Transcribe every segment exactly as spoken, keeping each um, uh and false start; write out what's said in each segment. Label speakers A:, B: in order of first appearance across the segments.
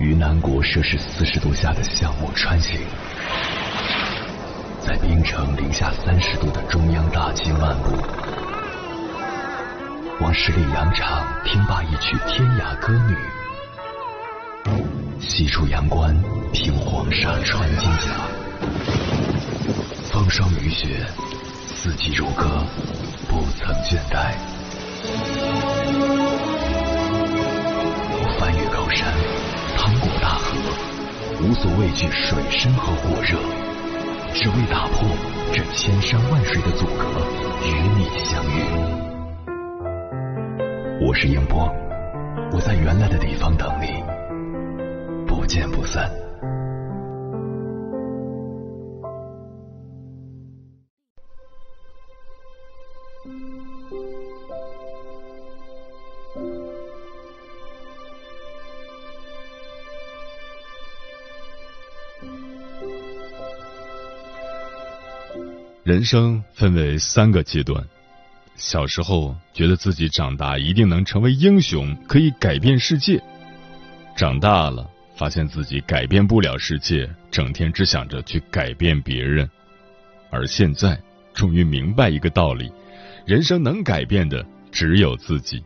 A: 人生分为三个阶段，小时候觉得自己长大一定能成为英雄，可以改变世界。长大了，发现自己改变不了世界，整天只想着去改变别人。而现在，终于明白一个道理，人生能改变的只有自己。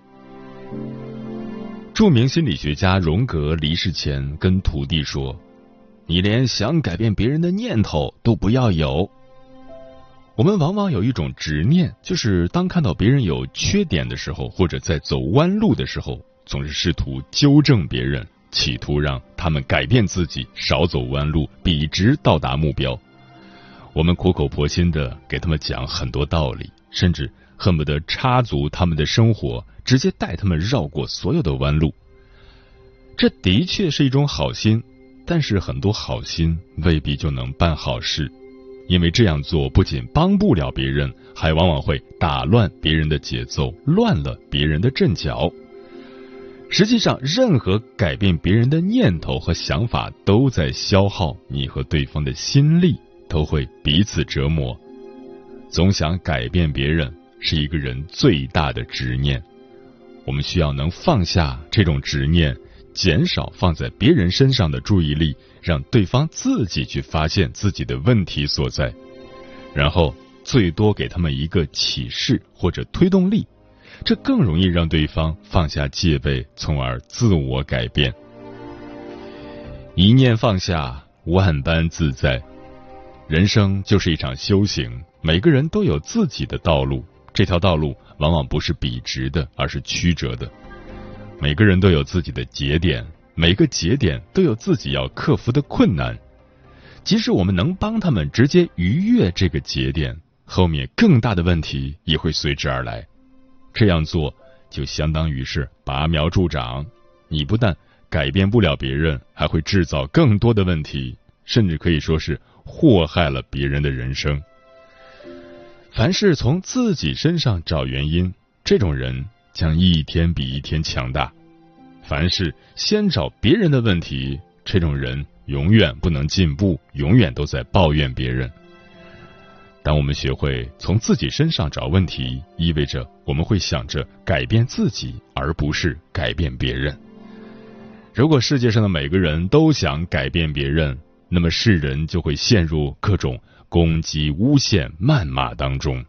A: 著名心理学家荣格离世前跟徒弟说：“你连想改变别人的念头都不要有。”我们往往有一种执念，就是当看到别人有缺点的时候，或者在走弯路的时候，总是试图纠正别人，企图让他们改变自己，少走弯路，笔直到达目标。我们苦口婆心地给他们讲很多道理，甚至恨不得插足他们的生活，直接带他们绕过所有的弯路。这的确是一种好心，但是很多好心未必就能办好事。因为这样做不仅帮不了别人，还往往会打乱别人的节奏，乱了别人的阵脚。实际上，任何改变别人的念头和想法都在消耗你和对方的心力，都会彼此折磨。总想改变别人是一个人最大的执念，我们需要能放下这种执念，减少放在别人身上的注意力，让对方自己去发现自己的问题所在，然后最多给他们一个启示或者推动力，这更容易让对方放下戒备，从而自我改变。一念放下，万般自在。人生就是一场修行，每个人都有自己的道路，这条道路往往不是笔直的，而是曲折的。每个人都有自己的节点，每个节点都有自己要克服的困难。即使我们能帮他们直接逾越这个节点，后面更大的问题也会随之而来。这样做就相当于是拔苗助长，你不但改变不了别人，还会制造更多的问题，甚至可以说是祸害了别人的人生。凡是从自己身上找原因，这种人将一天比一天强大。凡是先找别人的问题，这种人永远不能进步，永远都在抱怨别人。当我们学会从自己身上找问题，意味着我们会想着改变自己，而不是改变别人。如果世界上的每个人都想改变别人，那么世人就会陷入各种攻击、诬陷、谩骂当中。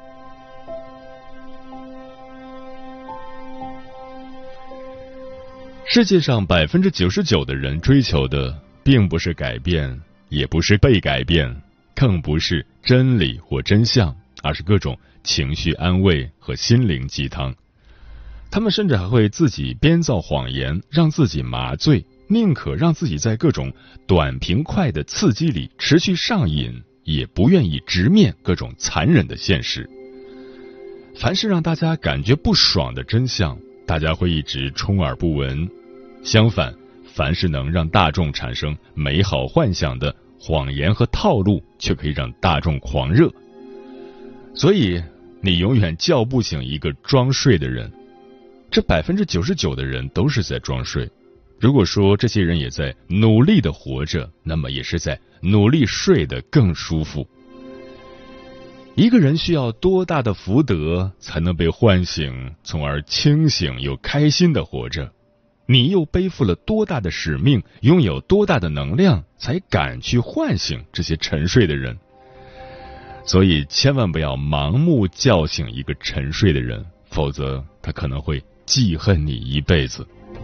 A: 世界上百分之九十九的人追求的，并不是改变，也不是被改变，更不是真理或真相，而是各种情绪安慰和心灵鸡汤。他们甚至还会自己编造谎言，让自己麻醉，宁可让自己在各种短平快的刺激里持续上瘾，也不愿意直面各种残忍的现实。凡是让大家感觉不爽的真相，大家会一直充耳不闻。相反，凡是能让大众产生美好幻想的谎言和套路，却可以让大众狂热。所以，你永远叫不醒一个装睡的人。这百分之九十九的人都是在装睡。如果说这些人也在努力的活着，那么也是在努力睡得更舒服。一个人需要多大的福德才能被唤醒，从而清醒又开心的活着？ 你又背负了多大的使命，拥有多大的能量，才敢去唤醒这些沉睡的人。所以千万不要盲目叫醒一个沉睡的人，否则他可能会记恨你一辈子。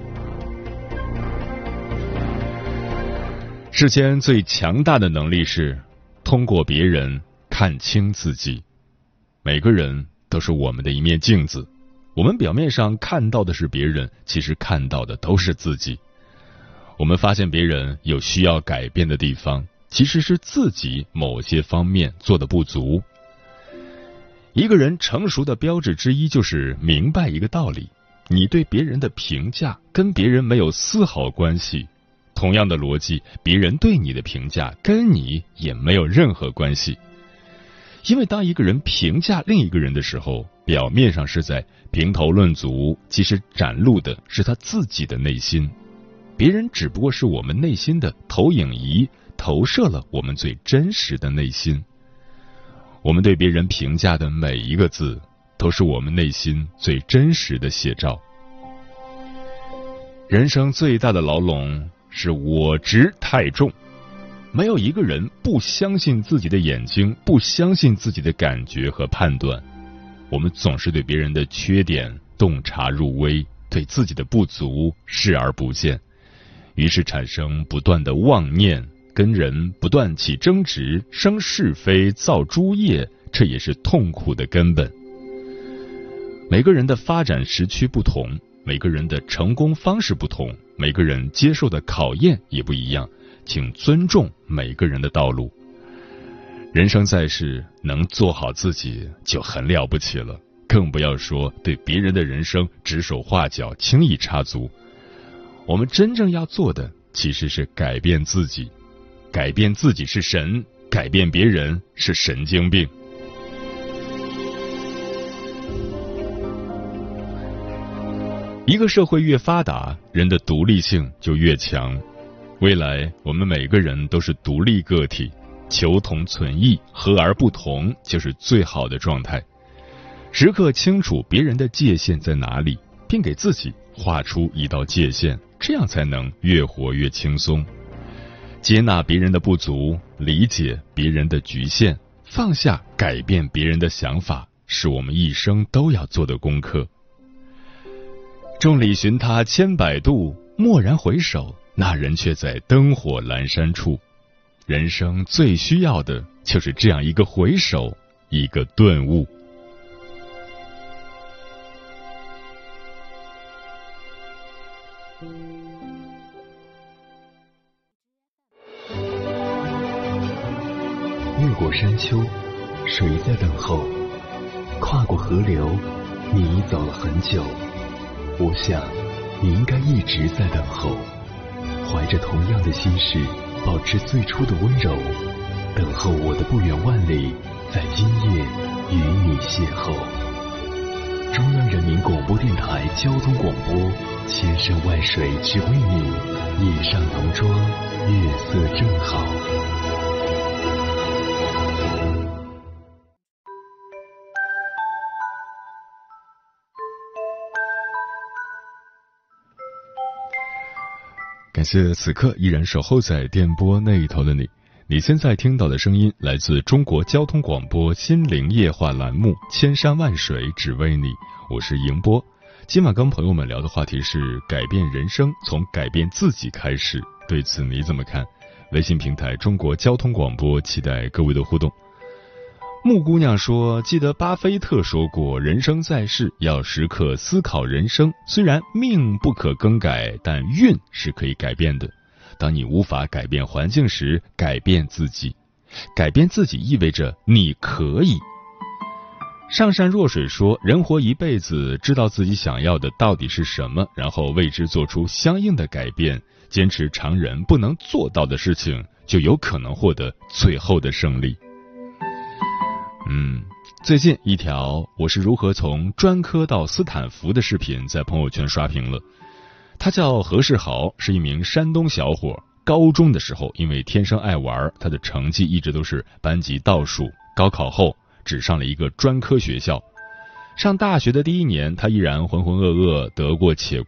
A: 世间最强大的能力是通过别人看清自己。每个人都是我们的一面镜子，我们表面上看到的是别人，其实看到的都是自己。我们发现别人有需要改变的地方，其实是自己某些方面做的不足。一个人成熟的标志之一就是明白一个道理，你对别人的评价跟别人没有丝毫关系，同样的逻辑，别人对你的评价跟你也没有任何关系。因为当一个人评价另一个人的时候，表面上是在评头论足，其实展露的是他自己的内心。别人只不过是我们内心的投影仪，投射了我们最真实的内心。我们对别人评价的每一个字，都是我们内心最真实的写照。人生最大的牢笼是我执太重，没有一个人不相信自己的眼睛，不相信自己的感觉和判断。我们总是对别人的缺点洞察入微，对自己的不足视而不见，于是产生不断的妄念，跟人不断起争执，生是非，造诸业，这也是痛苦的根本。每个人的发展时区不同，每个人的成功方式不同，每个人接受的考验也不一样，请尊重每个人的道路。人生在世，能做好自己就很了不起了，更不要说对别人的人生指手画脚，轻易插足。我们真正要做的其实是改变自己，改变自己是神，改变别人是神经病。一个社会越发达，人的独立性就越强。未来我们每个人都是独立个体，求同存异，和而不同就是最好的状态。时刻清楚别人的界限在哪里，并给自己画出一道界限，这样才能越活越轻松。接纳别人的不足，理解别人的局限，放下改变别人的想法，是我们一生都要做的功课。众里寻他千百度，蓦然回首，那人却在灯火阑珊处。人生最需要的就是这样一个回首，一个顿悟。
B: 越过山丘，谁在等候？跨过河流，你已走了很久。我想，你应该一直在等候，怀着同样的心事，保持最初的温柔，等候我的不远万里，在今夜与你邂逅。中央人民广播电台交通广播，千山万水只为你，夜上浓妆，月色正好。
A: 感谢此刻依然守候在电波那一头的你。你现在听到的声音来自中国交通广播心灵夜话栏目《千山万水只为你》，我是迎波。今晚跟朋友们聊的话题是改变人生，从改变自己开始。对此你怎么看？微信平台中国交通广播，期待各位的互动。木姑娘说，记得巴菲特说过，人生在世要时刻思考人生，虽然命不可更改，但运是可以改变的。当你无法改变环境时，改变自己。改变自己意味着你可以。上善若水说，人活一辈子，知道自己想要的到底是什么，然后为之做出相应的改变，坚持常人不能做到的事情，就有可能获得最后的胜利。嗯，最近一条我是如何从专科到斯坦福的视频在朋友圈刷屏了。他叫何世豪，是一名山东小伙。高中的时候因为天生爱玩，他的成绩一直都是班级倒数，高考后只上了一个专科学校。上大学的第一年，他依然浑浑噩噩，得过且过。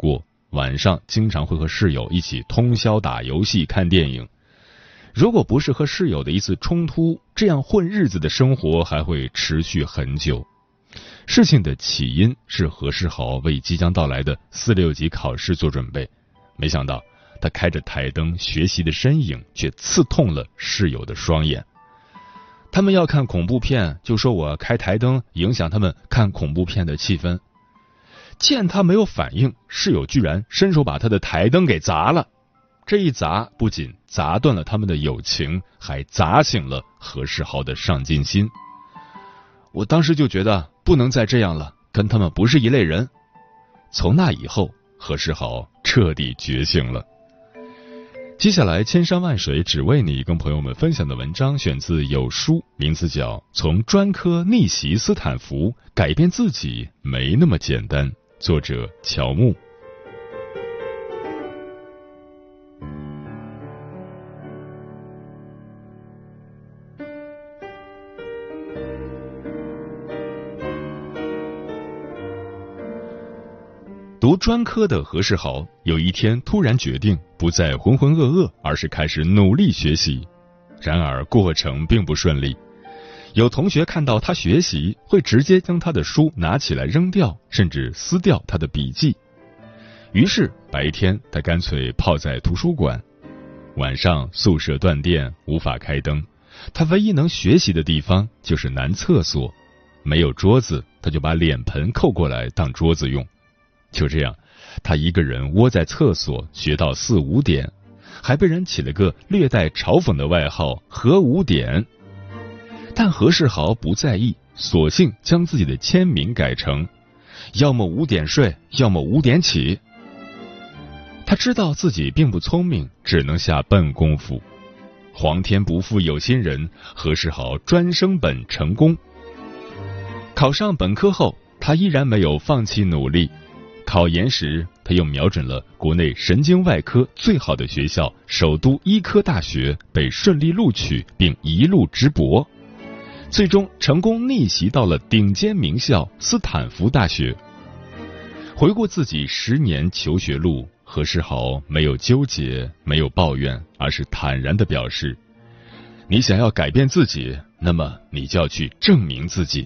A: 晚上经常会和室友一起通宵打游戏、看电影。如果不是和室友的一次冲突，这样混日子的生活还会持续很久。事情的起因是何世豪为即将到来的四六级考试做准备，没想到他开着台灯学习的身影却刺痛了室友的双眼。他们要看恐怖片，就说我开台灯影响他们看恐怖片的气氛。见他没有反应，室友居然伸手把他的台灯给砸了。这一砸不仅砸断了他们的友情，还砸醒了何世豪的上进心。我当时就觉得不能再这样了，跟他们不是一类人。从那以后，何世豪彻底觉醒了。接下来千山万水只为你跟朋友们分享的文章选自有书，名字叫《从专科逆袭斯坦福，改变自己没那么简单》，作者乔木。读专科的何世豪有一天突然决定不再浑浑噩噩，而是开始努力学习。然而过程并不顺利，有同学看到他学习会直接将他的书拿起来扔掉，甚至撕掉他的笔记。于是白天他干脆泡在图书馆，晚上宿舍断电无法开灯，他唯一能学习的地方就是男厕所，没有桌子他就把脸盆扣过来当桌子用。就这样，他一个人窝在厕所学到四五点，还被人起了个略带嘲讽的外号何五点。但何世豪不在意，索性将自己的签名改成要么五点睡，要么五点起。他知道自己并不聪明，只能下笨功夫。皇天不负有心人，何世豪专升本成功。考上本科后，他依然没有放弃努力。考研时，他又瞄准了国内神经外科最好的学校首都医科大学，被顺利录取，并一路直博，最终成功逆袭到了顶尖名校斯坦福大学。回顾自己十年求学路，何世豪没有纠结，没有抱怨，而是坦然地表示：你想要改变自己，那么你就要去证明自己。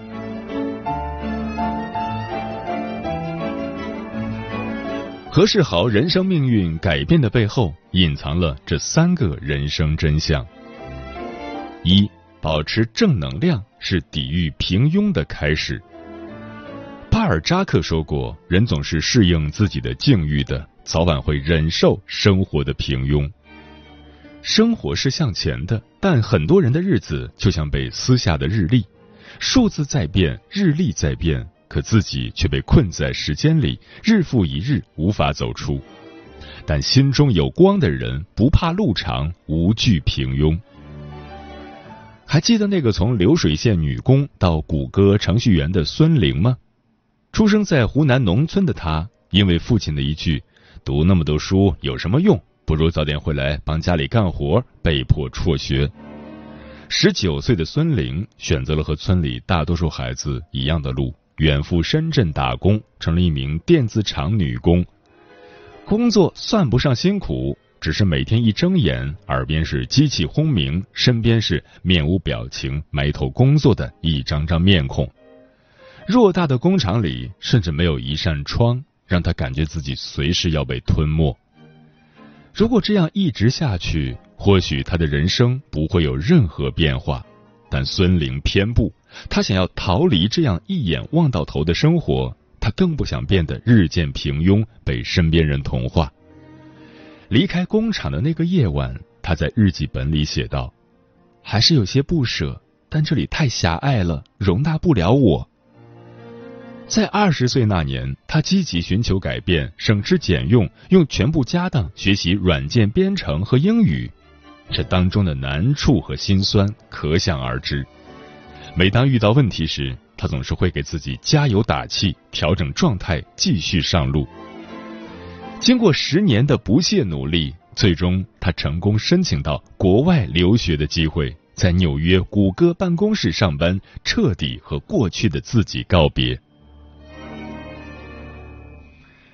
A: 何世豪人生命运改变的背后，隐藏了这三个人生真相：一、保持正能量是抵御平庸的开始。巴尔扎克说过，人总是适应自己的境遇的，早晚会忍受生活的平庸。生活是向前的，但很多人的日子就像被撕下的日历，数字在变，日历在变，可自己却被困在时间里，日复一日无法走出。但心中有光的人不怕路长，无惧平庸。还记得那个从流水线女工到谷歌程序员的孙玲吗？出生在湖南农村的她，因为父亲的一句读那么多书有什么用，不如早点回来帮家里干活，被迫辍学。十九岁的孙玲选择了和村里大多数孩子一样的路，远赴深圳打工，成了一名电子厂女工。工作算不上辛苦，只是每天一睁眼，耳边是机器轰鸣，身边是面无表情埋头工作的一张张面孔。偌大的工厂里甚至没有一扇窗，让他感觉自己随时要被吞没。如果这样一直下去，或许他的人生不会有任何变化。但孙玲偏不，他想要逃离这样一眼望到头的生活，他更不想变得日渐平庸，被身边人同化。离开工厂的那个夜晚，他在日记本里写道：还是有些不舍，但这里太狭隘了，容纳不了我。在二十岁那年，他积极寻求改变，省吃俭用，用全部家当学习软件编程和英语。这当中的难处和辛酸可想而知。每当遇到问题时，他总是会给自己加油打气，调整状态，继续上路。经过十年的不懈努力，最终他成功申请到国外留学的机会，在纽约谷歌办公室上班，彻底和过去的自己告别。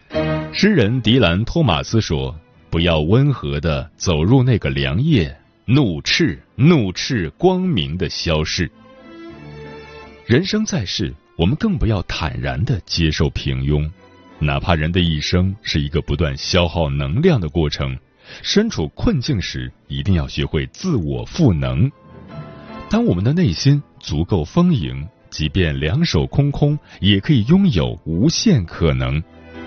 A: 诗人迪兰·托马斯说：“不要温和地走入那个凉夜，怒斥怒斥光明的消逝。”人生在世，我们更不要坦然地接受平庸，哪怕人的一生是一个不断消耗能量的过程，身处困境时，一定要学会自我赋能。当我们的内心足够丰盈，即便两手空空，也可以拥有无限可能。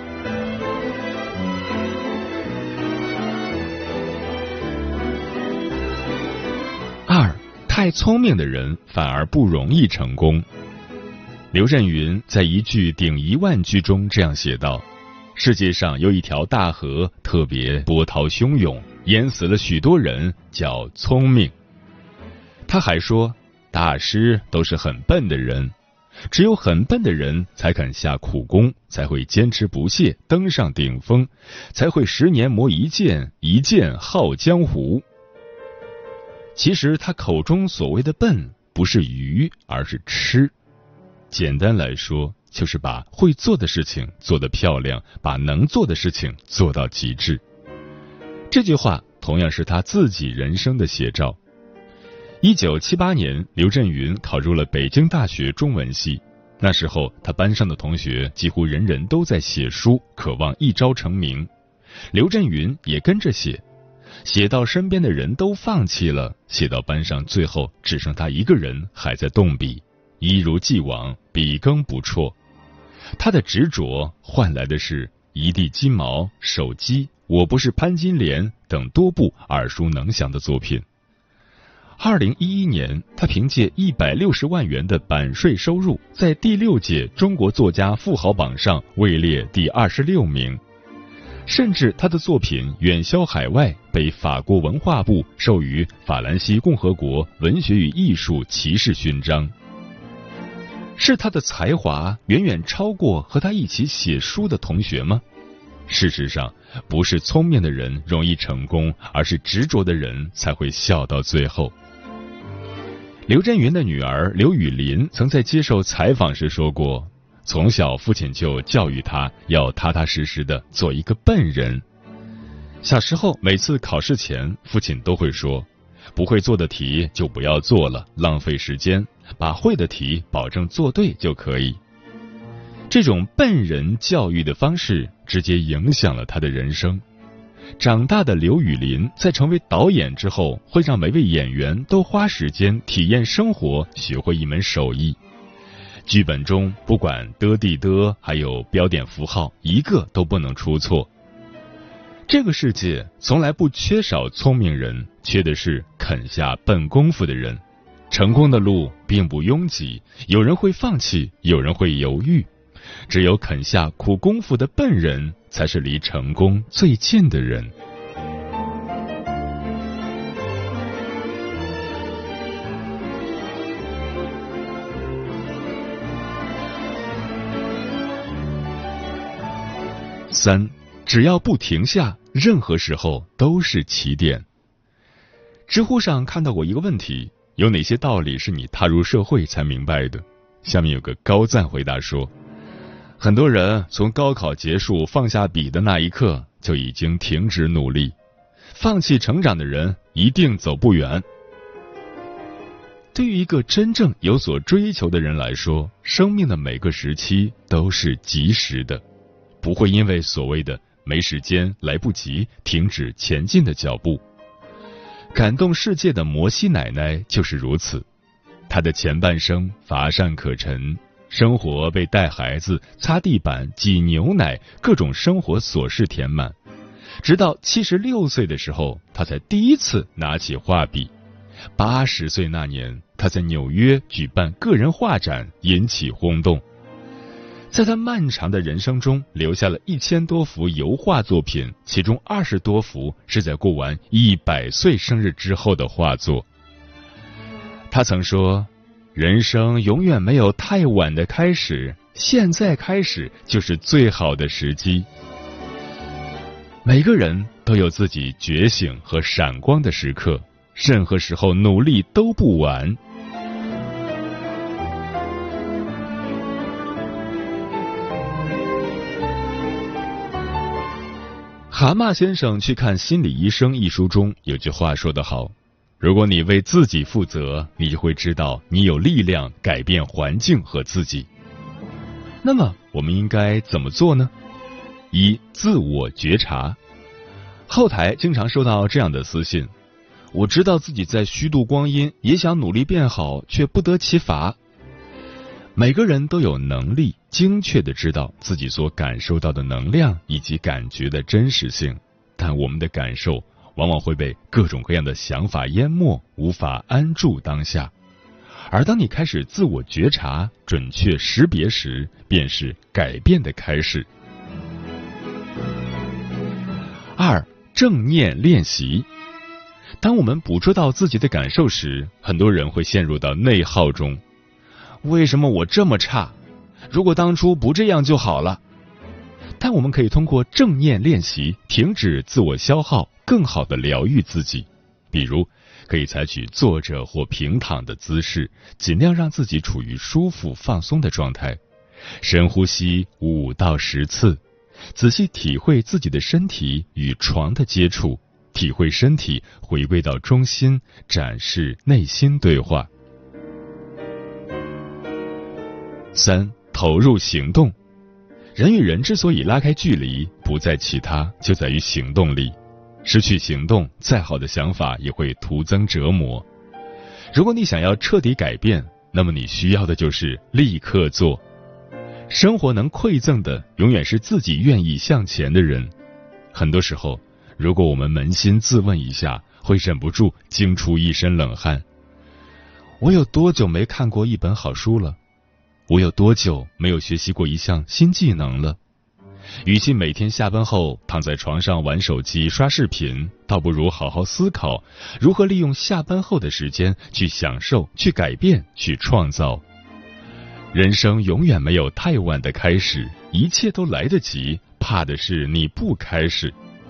A: 二，太聪明的人反而不容易成功。刘震云在一句顶一万句中这样写道：世界上有一条大河，特别波涛汹涌，淹死了许多人，叫聪明。他还说，大师都是很笨的人，只有很笨的人才肯下苦功，才会坚持不懈登上顶峰，才会十年磨一剑，一剑耗江湖。其实他口中所谓的笨，不是愚，而是痴。简单来说，就是把会做的事情做得漂亮，把能做的事情做到极致。这句话同样是他自己人生的写照。一九七八年，刘震云考入了北京大学中文系。那时候，他班上的同学几乎人人都在写书，渴望一朝成名。刘震云也跟着写，写到身边的人都放弃了，写到班上最后只剩他一个人还在动笔，一如既往，笔耕不辍。他的执着换来的是一地鸡毛、手机、我不是潘金莲等多部耳熟能详的作品。二零一一年，他凭借一百六十万元的版税收入，在第六届中国作家富豪榜上位列第二十六名。甚至他的作品远销海外，被法国文化部授予法兰西共和国文学与艺术骑士勋章。是他的才华远远超过和他一起写书的同学吗？事实上，不是聪明的人容易成功，而是执着的人才会笑到最后。刘震云的女儿刘雨霖曾在接受采访时说过，从小父亲就教育他要踏踏实实的做一个笨人。小时候每次考试前，父亲都会说，不会做的题就不要做了，浪费时间，把会的题保证做对就可以。这种笨人教育的方式直接影响了他的人生。长大的刘雨霖在成为导演之后，会让每位演员都花时间体验生活，学会一门手艺。剧本中不管的地的还有标点符号，一个都不能出错。这个世界从来不缺少聪明人，缺的是肯下笨功夫的人。成功的路并不拥挤，有人会放弃，有人会犹豫，只有肯下苦功夫的笨人，才是离成功最近的人。三，只要不停下，任何时候都是起点。知乎上看到过一个问题，有哪些道理是你踏入社会才明白的？下面有个高赞回答说，很多人从高考结束放下笔的那一刻就已经停止努力，放弃成长的人一定走不远。对于一个真正有所追求的人来说，生命的每个时期都是及时的，不会因为所谓的没时间、来不及停止前进的脚步。感动世界的摩西奶奶就是如此，她的前半生乏善可陈，生活被带孩子、擦地板、挤牛奶各种生活琐事填满，直到七十六岁的时候，她才第一次拿起画笔。八十岁那年，她在纽约举办个人画展，引起轰动。在他漫长的人生中，留下了一千多幅油画作品，其中二十多幅是在过完一百岁生日之后的画作。他曾说，人生永远没有太晚的开始，现在开始就是最好的时机。每个人都有自己觉醒和闪光的时刻，任何时候努力都不晚。 蛤蟆先生去看心理医生一书中有句话说得好，如果你为自己负责，你就会知道你有力量改变环境和自己。那么我们应该怎么做呢？一、自我觉察。后台经常收到这样的私信，我知道自己在虚度光阴，也想努力变好，却不得其法。每个人都有能力精确地知道自己所感受到的能量以及感觉的真实性，但我们的感受往往会被各种各样的想法淹没，无法安住当下。而当你开始自我觉察、准确识别时，便是改变的开始。二、正念练习。当我们捕捉到自己的感受时，很多人会陷入到内耗中。为什么我这么差？如果当初不这样就好了。但我们可以通过正念练习，停止自我消耗，更好地疗愈自己。比如，可以采取坐着或平躺的姿势，尽量让自己处于舒服放松的状态，深呼吸五到十次，仔细体会自己的身体与床的接触，体会身体回归到中心，展示内心对话。三、投入行动。人与人之所以拉开距离，不在其他，就在于行动力。失去行动，再好的想法也会徒增折磨。如果你想要彻底改变，那么你需要的就是立刻做。生活能馈赠的，永远是自己愿意向前的人。很多时候，如果我们扪心自问一下，会忍不住惊出一身冷汗。我有多久没看过一本好书了？我有多久没有学习过一项新技能了？与其每天下班后躺在床上玩手机刷视频，倒不如好好思考如何利用下班后的时间去享受、去改变、去创造。人生永远没有太晚的开始，一切都来得及，怕的是你不开始。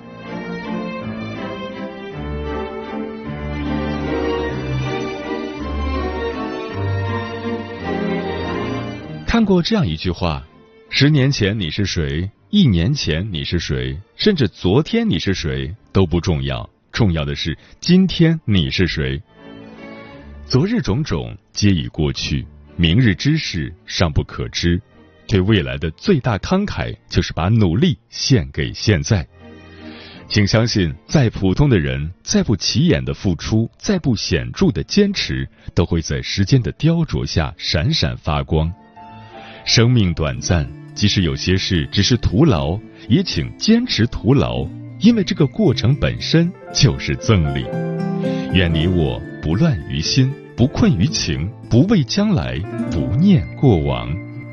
A: 看过这样一句话，十年前你是谁，一年前你是谁，甚至昨天你是谁都不重要，重要的是今天你是谁。昨日种种皆已过去，明日之事尚不可知，对未来的最大慷慨就是把努力献给现在。请相信，再普通的人，再不起眼的付出，再不显著的坚持，都会在时间的雕琢下闪闪发光。生命短暂，即使有些事只是徒劳，也请坚持徒劳，因为这个过程本身就是赠礼。愿你我不乱于心，不困于情，不畏将来，不念过往。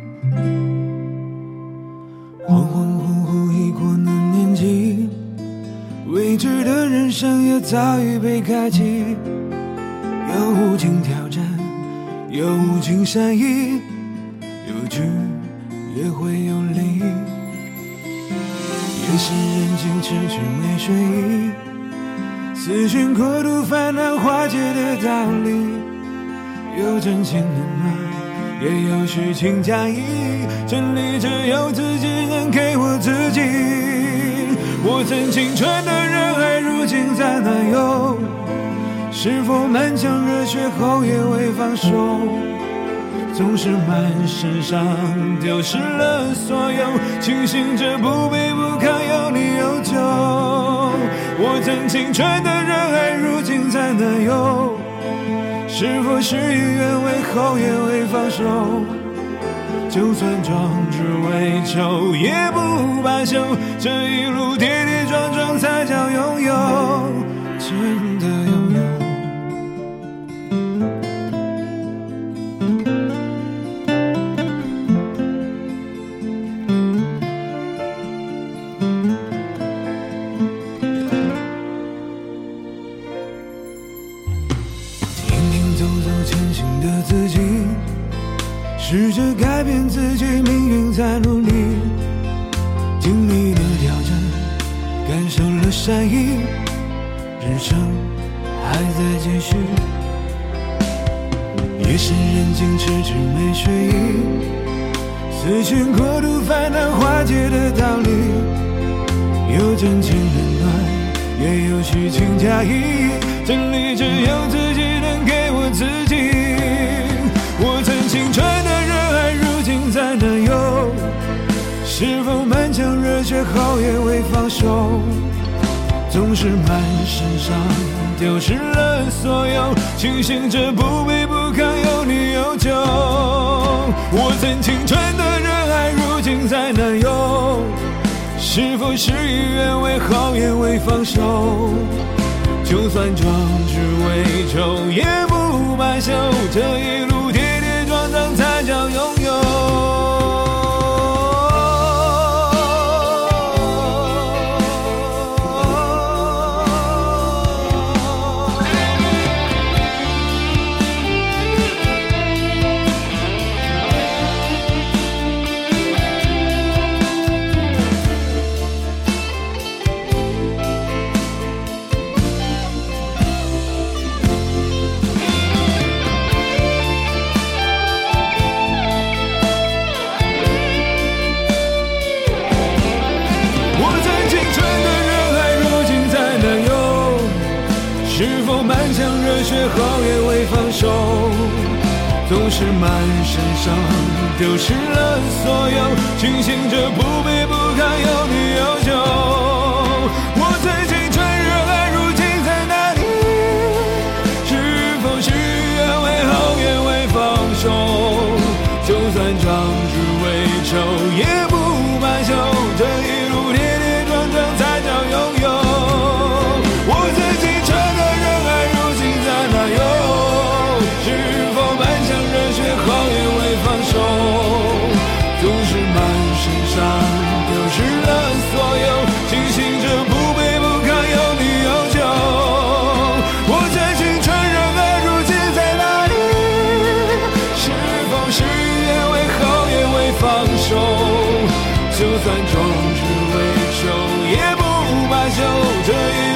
C: 恍恍惚惚已过那年纪，未知的人生也早已被开启，有无尽挑战，有无尽善意，有聚也会有离，夜深人静迟迟没睡意，思绪过度烦恼化解的道理，有真情的暖，也有虚情假意，真理只有自己能给我自己。我曾青春的人海，如今在哪有？是否满腔热血后也未放手？总是满身伤，丢失了所有，庆幸这不卑不亢，有你有酒。我曾青春的人海，如今在哪有？是否事与愿违后也未放手？就算壮志未酬，也不罢休。这一路跌跌撞撞，才叫拥有，真的拥有。试着改变自己，命运在努力，经历了挑战，感受了善意，人生还在继续。夜深人静迟迟没睡意，思绪过度烦恼化解的道理， 有真情冷暖，也有虚情假意，真理只有自己能给我自己。我曾青春的热爱，如今在哪有？是否满腔热血好也未放手？总是满身伤，丢失了所有，庆幸这不卑不亢，有你有酒。我曾青春的热爱，如今在哪有？是否事与愿违，好也未放手？就算壮志未酬，也不罢休。这一路跌跌撞撞，才叫拥有。热血好也未放手，总是满身伤，丢失了所有，庆幸这不卑不亢，有你有酒。我最青春热爱，如今在哪里？是否事与愿违，好也未放手？就算壮志未酬，也不罢休。这一路跌跌撞撞，才叫拥有。我最青春的热爱，如今在哪有？是否满腔热血，好也未放手？总是满身伤，丢失了所有，庆幸这不卑不亢，有你有酒。我最青春热爱，如今在哪里？是否事与愿违，好也未放手？就算壮志未酬，也不罢休。这一